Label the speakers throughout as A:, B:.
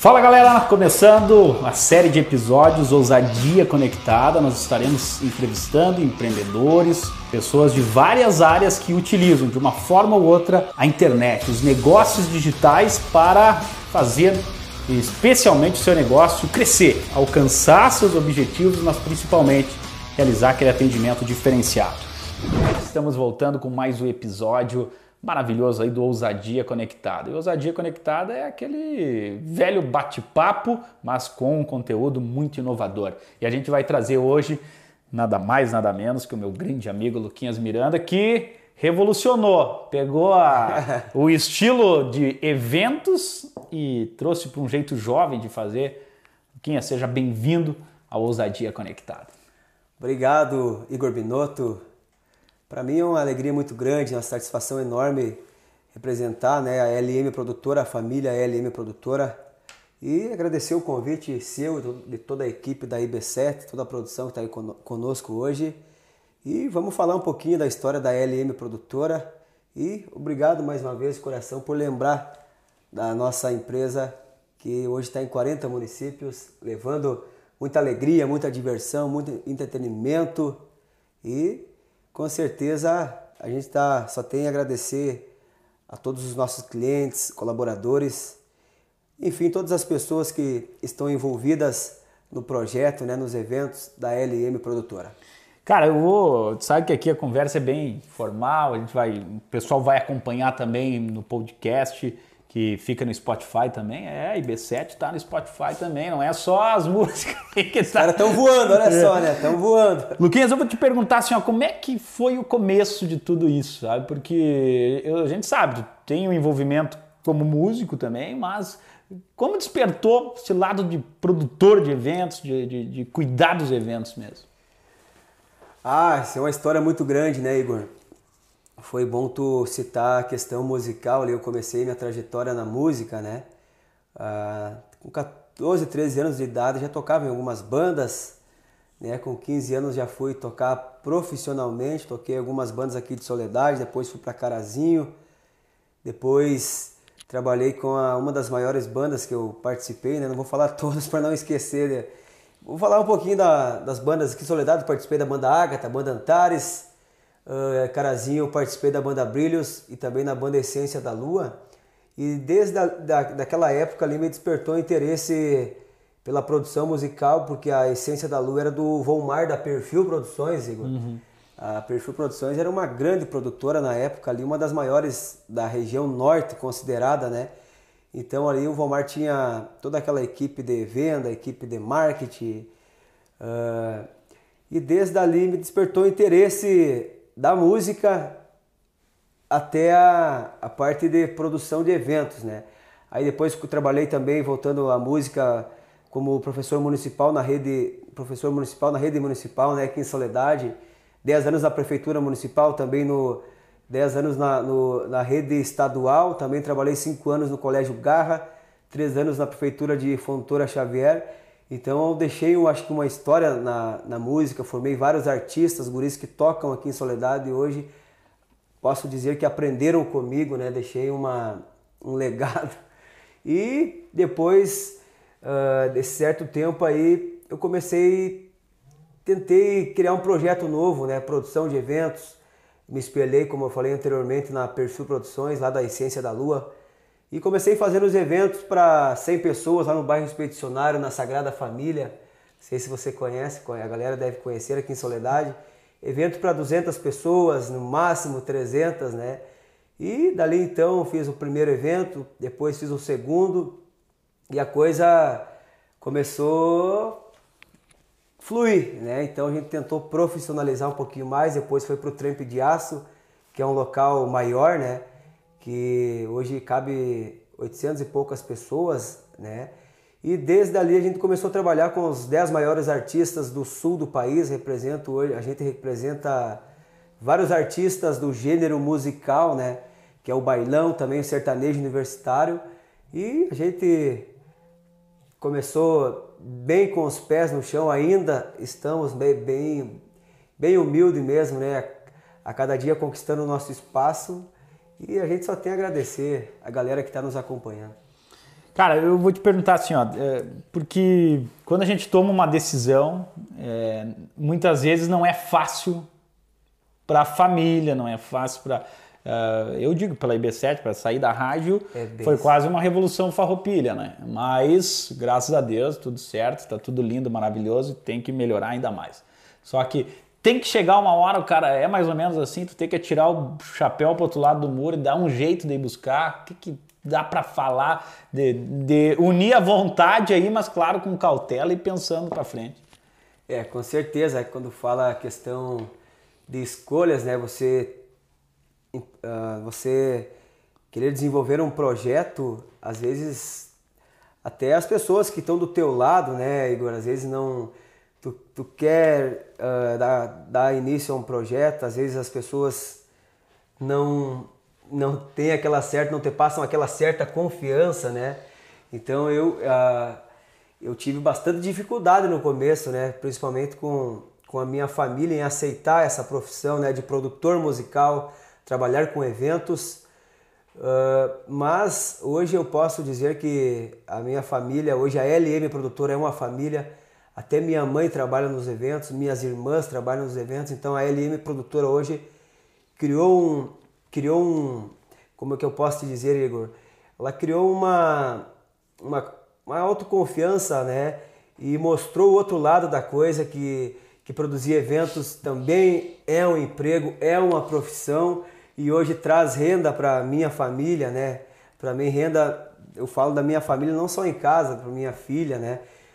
A: Fala galera, começando a série de episódios Ousadia Conectada. Nós estaremos entrevistando empreendedores, pessoas de várias áreas que utilizam de uma forma ou outra a internet, os negócios digitais para fazer especialmente o seu negócio crescer, alcançar seus objetivos, mas principalmente realizar aquele atendimento diferenciado. Estamos voltando com mais um episódio maravilhoso aí do Ousadia Conectada. E Ousadia Conectada é aquele velho bate-papo, mas com um conteúdo muito inovador. E a gente vai trazer hoje nada mais, nada menos que o meu grande amigo Luquinhas Miranda, que revolucionou, pegou o estilo de eventos e trouxe para um jeito jovem de fazer. Luquinhas, seja bem-vindo ao Ousadia Conectada.
B: Obrigado, Igor Binotto. Para mim é uma alegria muito grande, uma satisfação enorme representar, a LM Produtora, a família LM Produtora, e agradecer o convite seu e de toda a equipe da IB7, toda a produção que está aí conosco hoje. E vamos falar um pouquinho da história da LM Produtora. E obrigado mais uma vez, coração, por lembrar da nossa empresa que hoje está em 40 municípios, levando muita alegria, muita diversão, muito entretenimento e com certeza a gente só tem a agradecer a todos os nossos clientes, colaboradores, enfim, todas as pessoas que estão envolvidas no projeto, nos eventos da LM Produtora.
A: Cara, sabe que aqui a conversa é bem formal, o pessoal vai acompanhar também no podcast, que fica no Spotify também. IB7 tá no Spotify também, não é só as músicas que
B: Os caras estão voando, olha só, estão voando.
A: Luquinhas, eu vou te perguntar assim, como é que foi o começo de tudo isso, sabe? Porque a gente sabe, tem um envolvimento como músico também, mas como despertou esse lado de produtor de eventos, de cuidar dos eventos mesmo?
B: Isso é uma história muito grande, Igor? Foi bom tu citar a questão musical. Eu comecei minha trajetória na música, com 14, 13 anos de idade já tocava em algumas bandas, com 15 anos já fui tocar profissionalmente, toquei algumas bandas aqui de Soledade, depois fui para Carazinho, depois trabalhei com uma das maiores bandas que eu participei, não vou falar todas para não esquecer, vou falar um pouquinho das bandas aqui de Soledade. Participei da banda Ágata, banda Antares, Carazinho, eu participei da banda Brilhos e também na banda Essência da Lua, e desde daquela época ali me despertou interesse pela produção musical, porque a Essência da Lua era do Volmar da Perfil Produções, Igor. A Perfil Produções era uma grande produtora na época ali, uma das maiores da região norte considerada, Então ali o Volmar tinha toda aquela equipe de venda, equipe de marketing, e desde ali me despertou o interesse da música até a parte de produção de eventos, Aí depois que eu trabalhei também, voltando à música, como professor municipal na rede municipal, aqui em Soledade, 10 anos na prefeitura municipal, também 10 anos na rede estadual, também trabalhei 5 anos no Colégio Garra, 3 anos na prefeitura de Fontoura Xavier. Então eu deixei, acho que uma história na música, formei vários artistas, guris que tocam aqui em Soledade e hoje posso dizer que aprenderam comigo, deixei um legado. E depois desse certo tempo aí eu tentei criar um projeto novo, produção de eventos, me espelhei, como eu falei anteriormente, na Perfil Produções, lá da Essência da Lua. E comecei fazendo os eventos para 100 pessoas lá no bairro Expedicionário, na Sagrada Família. Não sei se você conhece, a galera deve conhecer aqui em Soledade. Evento para 200 pessoas, no máximo 300, E dali então fiz o primeiro evento, depois fiz o segundo e a coisa começou a fluir, Então a gente tentou profissionalizar um pouquinho mais, depois foi para o Trempe de Aço, que é um local maior, que hoje cabe 800 e poucas pessoas, E desde ali a gente começou a trabalhar com os 10 maiores artistas do sul do país. A gente representa vários artistas do gênero musical, que é o bailão, também o sertanejo universitário. E a gente começou bem com os pés no chão, ainda estamos bem humilde mesmo, A cada dia conquistando o nosso espaço. E a gente só tem a agradecer a galera que está nos acompanhando.
A: Cara, eu vou te perguntar assim, ó, porque quando a gente toma uma decisão, muitas vezes não é fácil para a família, não é fácil para... eu digo, pela IB7, para sair da rádio, foi quase uma revolução farroupilha, né? Mas, graças a Deus, tudo certo, está tudo lindo, maravilhoso, tem que melhorar ainda mais. Só que tem que chegar uma hora, o cara é mais ou menos assim, tu tem que tirar o chapéu para outro lado do muro e dar um jeito de ir buscar. O que dá para falar de unir a vontade aí, mas claro, com cautela e pensando para frente?
B: Com certeza, quando fala a questão de escolhas, né, você querer desenvolver um projeto, às vezes até as pessoas que estão do teu lado, né, Igor, às vezes não... Tu quer dar início a um projeto, às vezes as pessoas não têm não te passam aquela certa confiança, né? Então eu tive bastante dificuldade no começo, né? Principalmente com a minha família em aceitar essa profissão, né, de produtor musical, trabalhar com eventos. Mas hoje eu posso dizer que a minha família, hoje a LM Produtora é uma família. Até minha mãe trabalha nos eventos, minhas irmãs trabalham nos eventos, então a LM Produtora hoje criou um, como é que eu posso te dizer, Igor? Ela criou uma autoconfiança, né? E mostrou o outro lado da coisa, que produzir eventos também é um emprego, é uma profissão e hoje traz renda para minha família, né? Para mim, renda, eu falo da minha família não só em casa, para minha filha, né?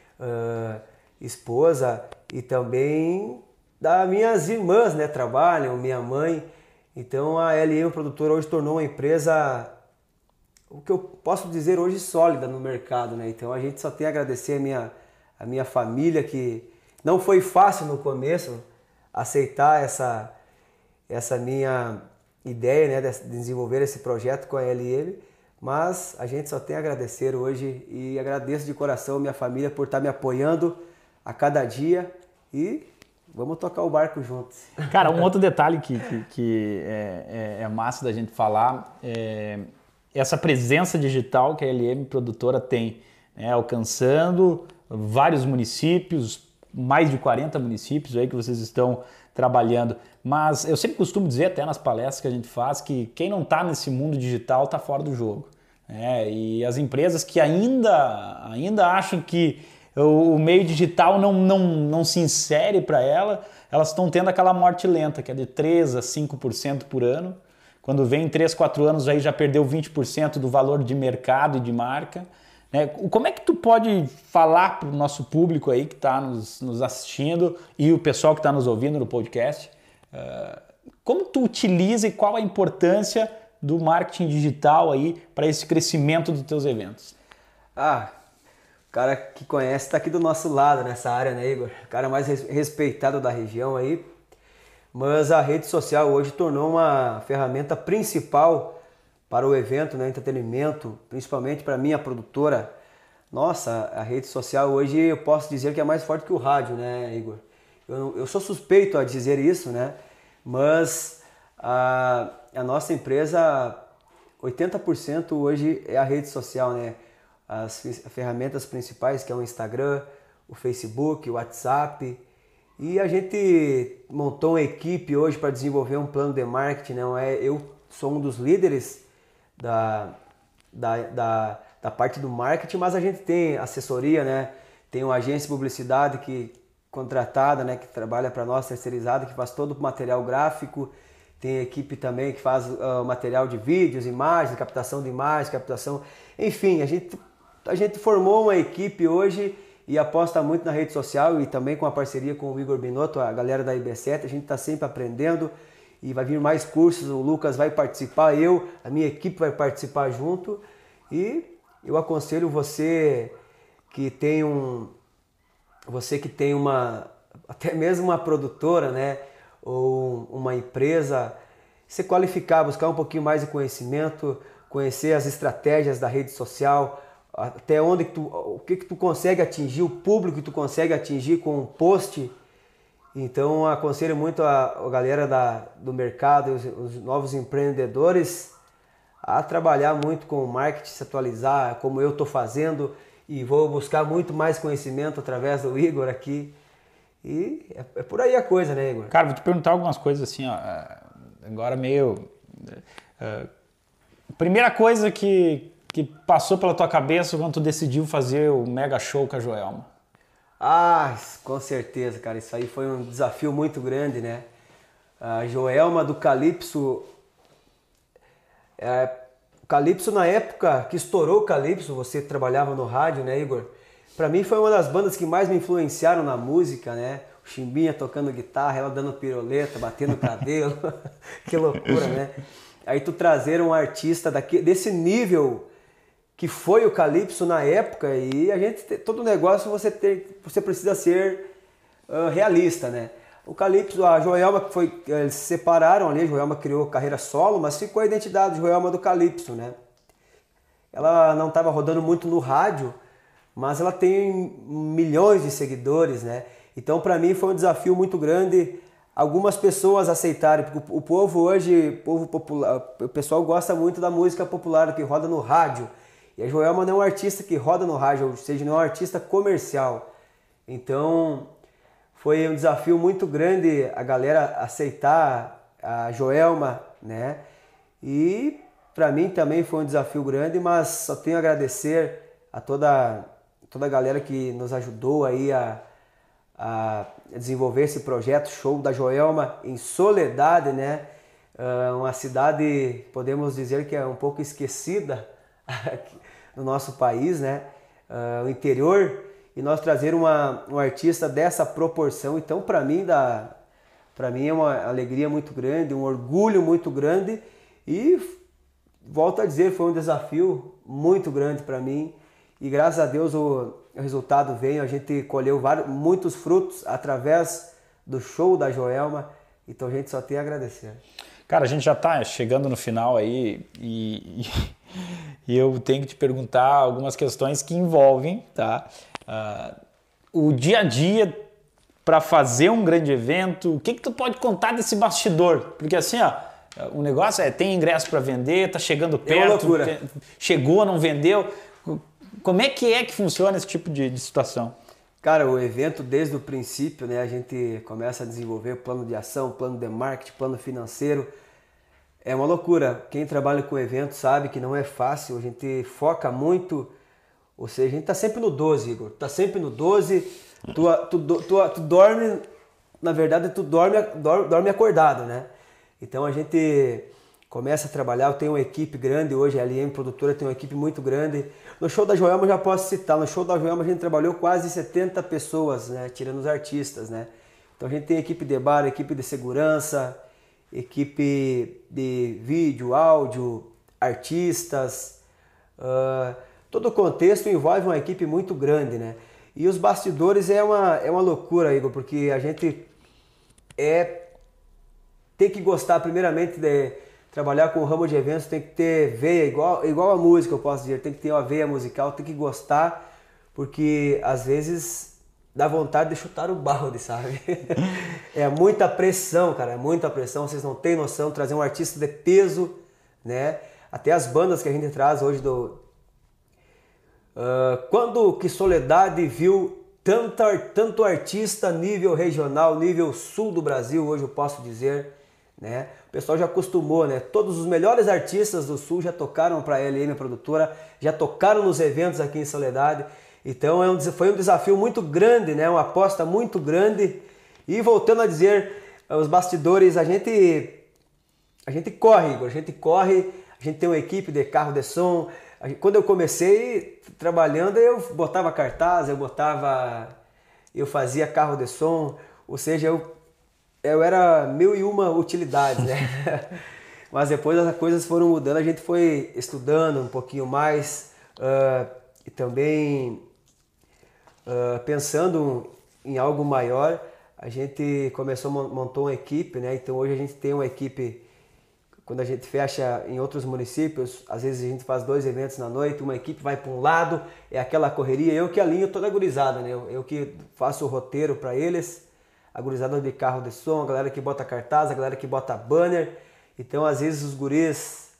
B: Esposa e também das minhas irmãs, né, trabalham, minha mãe. Então a LM Produtora hoje tornou uma empresa, o que eu posso dizer hoje, sólida no mercado, né? Então a gente só tem a agradecer a minha família, que não foi fácil no começo aceitar essa minha ideia, né, de desenvolver esse projeto com a LM, mas a gente só tem a agradecer hoje e agradeço de coração a minha família por estar me apoiando a cada dia e vamos tocar o barco juntos.
A: Cara, um outro detalhe que é massa da gente falar é essa presença digital que a LM Produtora tem, né, alcançando vários municípios, mais de 40 municípios aí que vocês estão trabalhando. Mas eu sempre costumo dizer, até nas palestras que a gente faz, que quem não está nesse mundo digital está fora do jogo. E as empresas que ainda acham que o meio digital não se insere para elas estão tendo aquela morte lenta, que é de 3% a 5% por ano. Quando vem em 3, 4 anos aí já perdeu 20% do valor de mercado e de marca. Como é que tu pode falar para o nosso público aí que está nos assistindo e o pessoal que está nos ouvindo no podcast, como tu utiliza e qual a importância do marketing digital aí para esse crescimento dos teus eventos?
B: O cara que conhece está aqui do nosso lado nessa área, né, Igor? O cara mais respeitado da região aí. Mas a rede social hoje tornou uma ferramenta principal para o evento, né, entretenimento, principalmente para a minha produtora. Nossa, a rede social hoje eu posso dizer que é mais forte que o rádio, né, Igor? Eu sou suspeito a dizer isso, né? Mas a nossa empresa, 80% hoje é a rede social, né? As ferramentas principais, que é o Instagram, o Facebook, o WhatsApp. E a gente montou uma equipe hoje para desenvolver um plano de marketing, né? Eu sou um dos líderes da parte do marketing, mas a gente tem assessoria, né? Tem uma agência de publicidade contratada, né? Que trabalha para nós, terceirizada, que faz todo o material gráfico. Tem equipe também que faz material de vídeos, imagens, captação de imagens, Enfim, a gente formou uma equipe hoje e aposta muito na rede social e também com a parceria com o Igor Binotto, a galera da IB7. A gente está sempre aprendendo e vai vir mais cursos. O Lucas vai participar, a minha equipe vai participar junto. E eu aconselho você que tem até mesmo uma produtora, né, ou uma empresa, se qualificar, buscar um pouquinho mais de conhecimento, conhecer as estratégias da rede social, até onde o que tu consegue atingir, o público que tu consegue atingir com um post. Então aconselho muito a galera do mercado, os novos empreendedores, a trabalhar muito com o marketing, se atualizar, como eu estou fazendo, e vou buscar muito mais conhecimento através do Igor aqui. E é por aí a coisa, né, Igor?
A: Cara, vou te perguntar algumas coisas assim, ó, agora meio... Primeira coisa que passou pela tua cabeça quando tu decidiu fazer o mega show com a Joelma?
B: Ah, com certeza, cara. Isso aí foi um desafio muito grande, né? A Joelma do Calypso... O Calypso, na época que estourou o Calypso, você trabalhava no rádio, né, Igor? Pra mim foi uma das bandas que mais me influenciaram na música, né? O Chimbinha tocando guitarra, ela dando piroleta, batendo cabelo. Que loucura, né? Aí tu trazer um artista desse nível que foi o Calypso na época, e a gente, todo negócio você precisa ser realista, né? O Calypso, a Joelma, eles se separaram ali, a Joelma criou carreira solo, mas ficou a identidade de Joelma do Calypso, né? Ela não estava rodando muito no rádio, mas ela tem milhões de seguidores, né? Então, para mim, foi um desafio muito grande algumas pessoas aceitarem, porque o povo hoje, povo popular, o pessoal gosta muito da música popular que roda no rádio. E a Joelma não é um artista que roda no rádio, ou seja, não é um artista comercial. Então, foi um desafio muito grande a galera aceitar a Joelma, né? E para mim também foi um desafio grande, mas só tenho a agradecer a toda a galera que nos ajudou aí a desenvolver esse projeto Show da Joelma em Soledade, né? Uma cidade, podemos dizer que é um pouco esquecida no nosso país, né? O interior, e nós trazer um artista dessa proporção, então para mim é uma alegria muito grande, um orgulho muito grande, e volto a dizer, foi um desafio muito grande para mim, e graças a Deus o resultado veio, a gente colheu muitos frutos através do show da Joelma, então a gente só tem a agradecer.
A: Cara, a gente já está chegando no final aí e eu tenho que te perguntar algumas questões que envolvem, tá? O dia a dia para fazer um grande evento. O que tu pode contar desse bastidor? Porque assim, ó, o negócio tem ingresso para vender, tá chegando perto,
B: é uma loucura.
A: Chegou, não vendeu. Como é que funciona esse tipo de situação?
B: Cara, o evento desde o princípio, né, a gente começa a desenvolver plano de ação, plano de marketing, plano financeiro. É uma loucura. Quem trabalha com evento sabe que não é fácil, a gente foca muito, ou seja, a gente tá sempre no 12, Igor. Tá sempre no 12, tu dorme, na verdade tu dorme acordado, né? Então a gente começa a trabalhar, eu tenho uma equipe grande hoje, a LM Produtora tem uma equipe muito grande. No show da Joelma eu já posso citar, no show da Joelma a gente trabalhou quase 70 pessoas, né, tirando os artistas, né. Então a gente tem equipe de bar, equipe de segurança, equipe de vídeo, áudio, artistas, todo o contexto envolve uma equipe muito grande, né. E os bastidores é uma loucura, Igor, porque a gente tem que gostar primeiramente de trabalhar com o ramo de eventos, tem que ter veia, igual a música, eu posso dizer, tem que ter uma veia musical, tem que gostar, porque às vezes dá vontade de chutar o balde, sabe? É muita pressão, cara, é muita pressão, vocês não têm noção, trazer um artista de peso, né? Até as bandas que a gente traz hoje quando que Soledade viu tanto artista nível regional, nível sul do Brasil, hoje eu posso dizer, né? O pessoal já acostumou, né? Todos os melhores artistas do sul já tocaram para a LM Produtora, já tocaram nos eventos aqui em Soledade. Então foi um desafio muito grande, né? Uma aposta muito grande. E voltando a dizer, os bastidores, a gente corre, Igor, a gente corre, a gente tem uma equipe de carro de som. Quando eu comecei trabalhando, eu botava cartaz, eu fazia carro de som, ou seja, eu era 1001 utilidades, né? Mas depois as coisas foram mudando, a gente foi estudando um pouquinho mais e também pensando em algo maior, a gente montou uma equipe, né? Então hoje a gente tem uma equipe, quando a gente fecha em outros municípios, às vezes a gente faz 2 eventos na noite, uma equipe vai para um lado, é aquela correria, eu que alinho toda a gurizada, né? Eu que faço o roteiro para eles, a gurizada de carro de som, a galera que bota cartaz, a galera que bota banner. Então, às vezes, os guris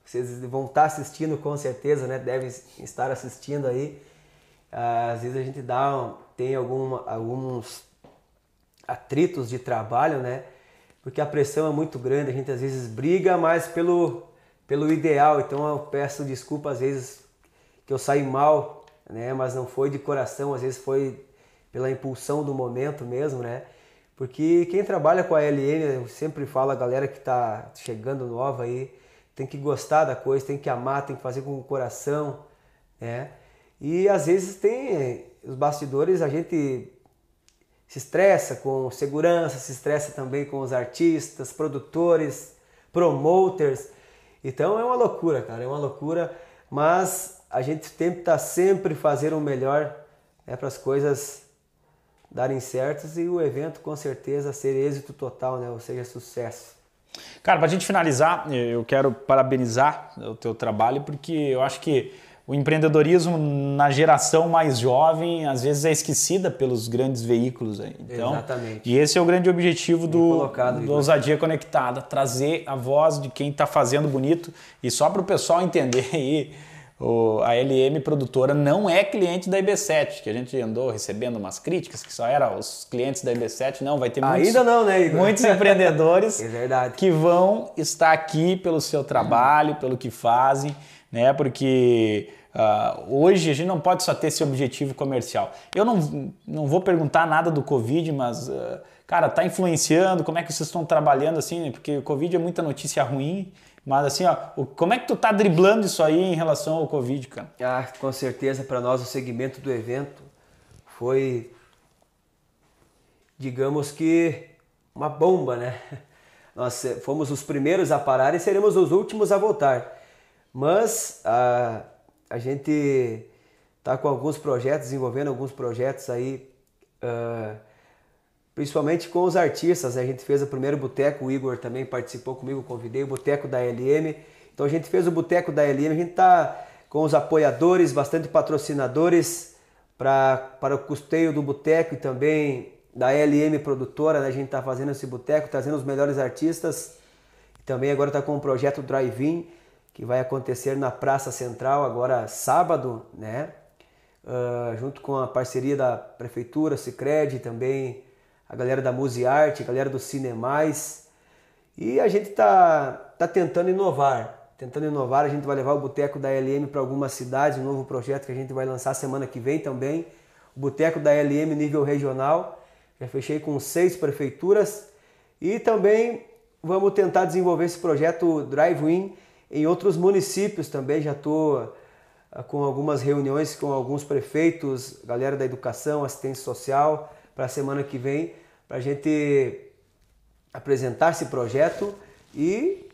B: vocês vão estar assistindo com certeza, né? Devem estar assistindo aí. Às vezes a gente tem alguns atritos de trabalho, né? Porque a pressão é muito grande, a gente às vezes briga mais pelo ideal. Então eu peço desculpa às vezes que eu saí mal, né? Mas não foi de coração, às vezes foi pela impulsão do momento mesmo, né? Porque quem trabalha com a LM, eu sempre falo, a galera que está chegando nova aí, tem que gostar da coisa, tem que amar, tem que fazer com o coração, né? E às vezes tem os bastidores, a gente se estressa com segurança, se estressa também com os artistas, produtores, promoters. Então é uma loucura, cara, é uma loucura, mas a gente tenta sempre fazer o melhor, né, para as coisas darem certos e o evento com certeza ser êxito total, né, ou seja, sucesso.
A: Cara, para a gente finalizar, eu quero parabenizar o teu trabalho, porque eu acho que o empreendedorismo na geração mais jovem às vezes é esquecida pelos grandes veículos aí. Então,
B: exatamente.
A: E esse é o grande objetivo do Ousadia Conectada, trazer a voz de quem está fazendo bonito. E só para o pessoal entender aí, a LM Produtora não é cliente da IB7, que a gente andou recebendo umas críticas que só eram os clientes da IB7. Não, vai ter muitos empreendedores que vão estar aqui pelo seu trabalho, pelo que fazem, né? Porque hoje a gente não pode só ter esse objetivo comercial. Eu não vou perguntar nada do Covid, mas, cara, tá influenciando? Como é que vocês estão trabalhando assim? Porque o Covid é muita notícia ruim, mas assim, como é que tu tá driblando isso aí em relação ao Covid, cara?
B: Com certeza, para nós o segmento do evento foi, digamos que, uma bomba, né? Nós fomos os primeiros a parar e seremos os últimos a voltar. Mas a gente está com alguns projetos, desenvolvendo alguns projetos aí, principalmente com os artistas, né? A gente fez o primeiro boteco, o Igor também participou comigo, convidei o boteco da LM. Então a gente fez o boteco da LM, a gente está com os apoiadores, bastante patrocinadores para o custeio do boteco e também da LM Produtora, né? A gente está fazendo esse boteco, trazendo os melhores artistas. E também agora está com o projeto Drive-In, que vai acontecer na Praça Central agora sábado, né? Junto com a parceria da Prefeitura, Sicredi, também a galera da Musearte, a galera do Cinemais. E a gente tá tentando inovar. A gente vai levar o Boteco da LM para algumas cidades, um novo projeto que a gente vai lançar semana que vem também. O Boteco da LM nível regional. Já fechei com 6 prefeituras. E também vamos tentar desenvolver esse projeto Drive-In em outros municípios também. Já estou com algumas reuniões com alguns prefeitos, galera da educação, assistência social, para a semana que vem, para a gente apresentar esse projeto e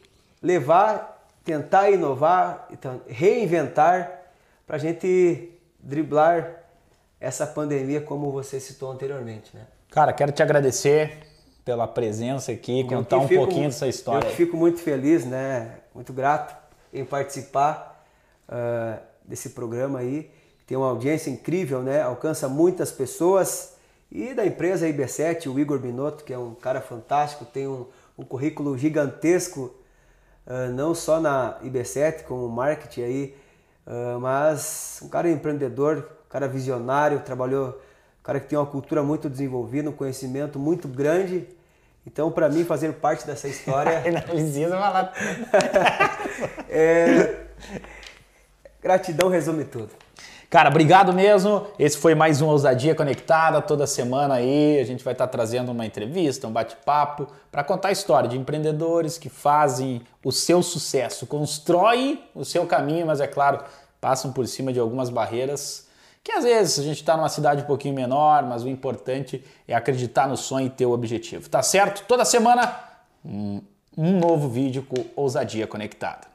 B: tentar inovar, reinventar, para a gente driblar essa pandemia, como você citou anteriormente, né?
A: Cara, quero te agradecer pela presença aqui, contar um pouquinho dessa história.
B: Eu fico muito feliz, né? Muito grato em participar desse programa aí, que tem uma audiência incrível, né? Alcança muitas pessoas. E da empresa IB7, o Igor Binotto, que é um cara fantástico, tem um currículo gigantesco, não só na IB7, como marketing aí, mas um cara empreendedor, um cara visionário, um cara que tem uma cultura muito desenvolvida, um conhecimento muito grande. Então, para mim, fazer parte dessa história...
A: Não precisa falar.
B: Gratidão resume tudo.
A: Cara, obrigado mesmo. Esse foi mais um Ousadia Conectada. Toda semana aí a gente vai estar trazendo uma entrevista, um bate-papo para contar a história de empreendedores que fazem o seu sucesso, constroem o seu caminho, mas é claro, passam por cima de algumas barreiras que às vezes a gente está numa cidade um pouquinho menor, mas o importante é acreditar no sonho e ter o objetivo. Tá certo? Toda semana um novo vídeo com Ousadia Conectada.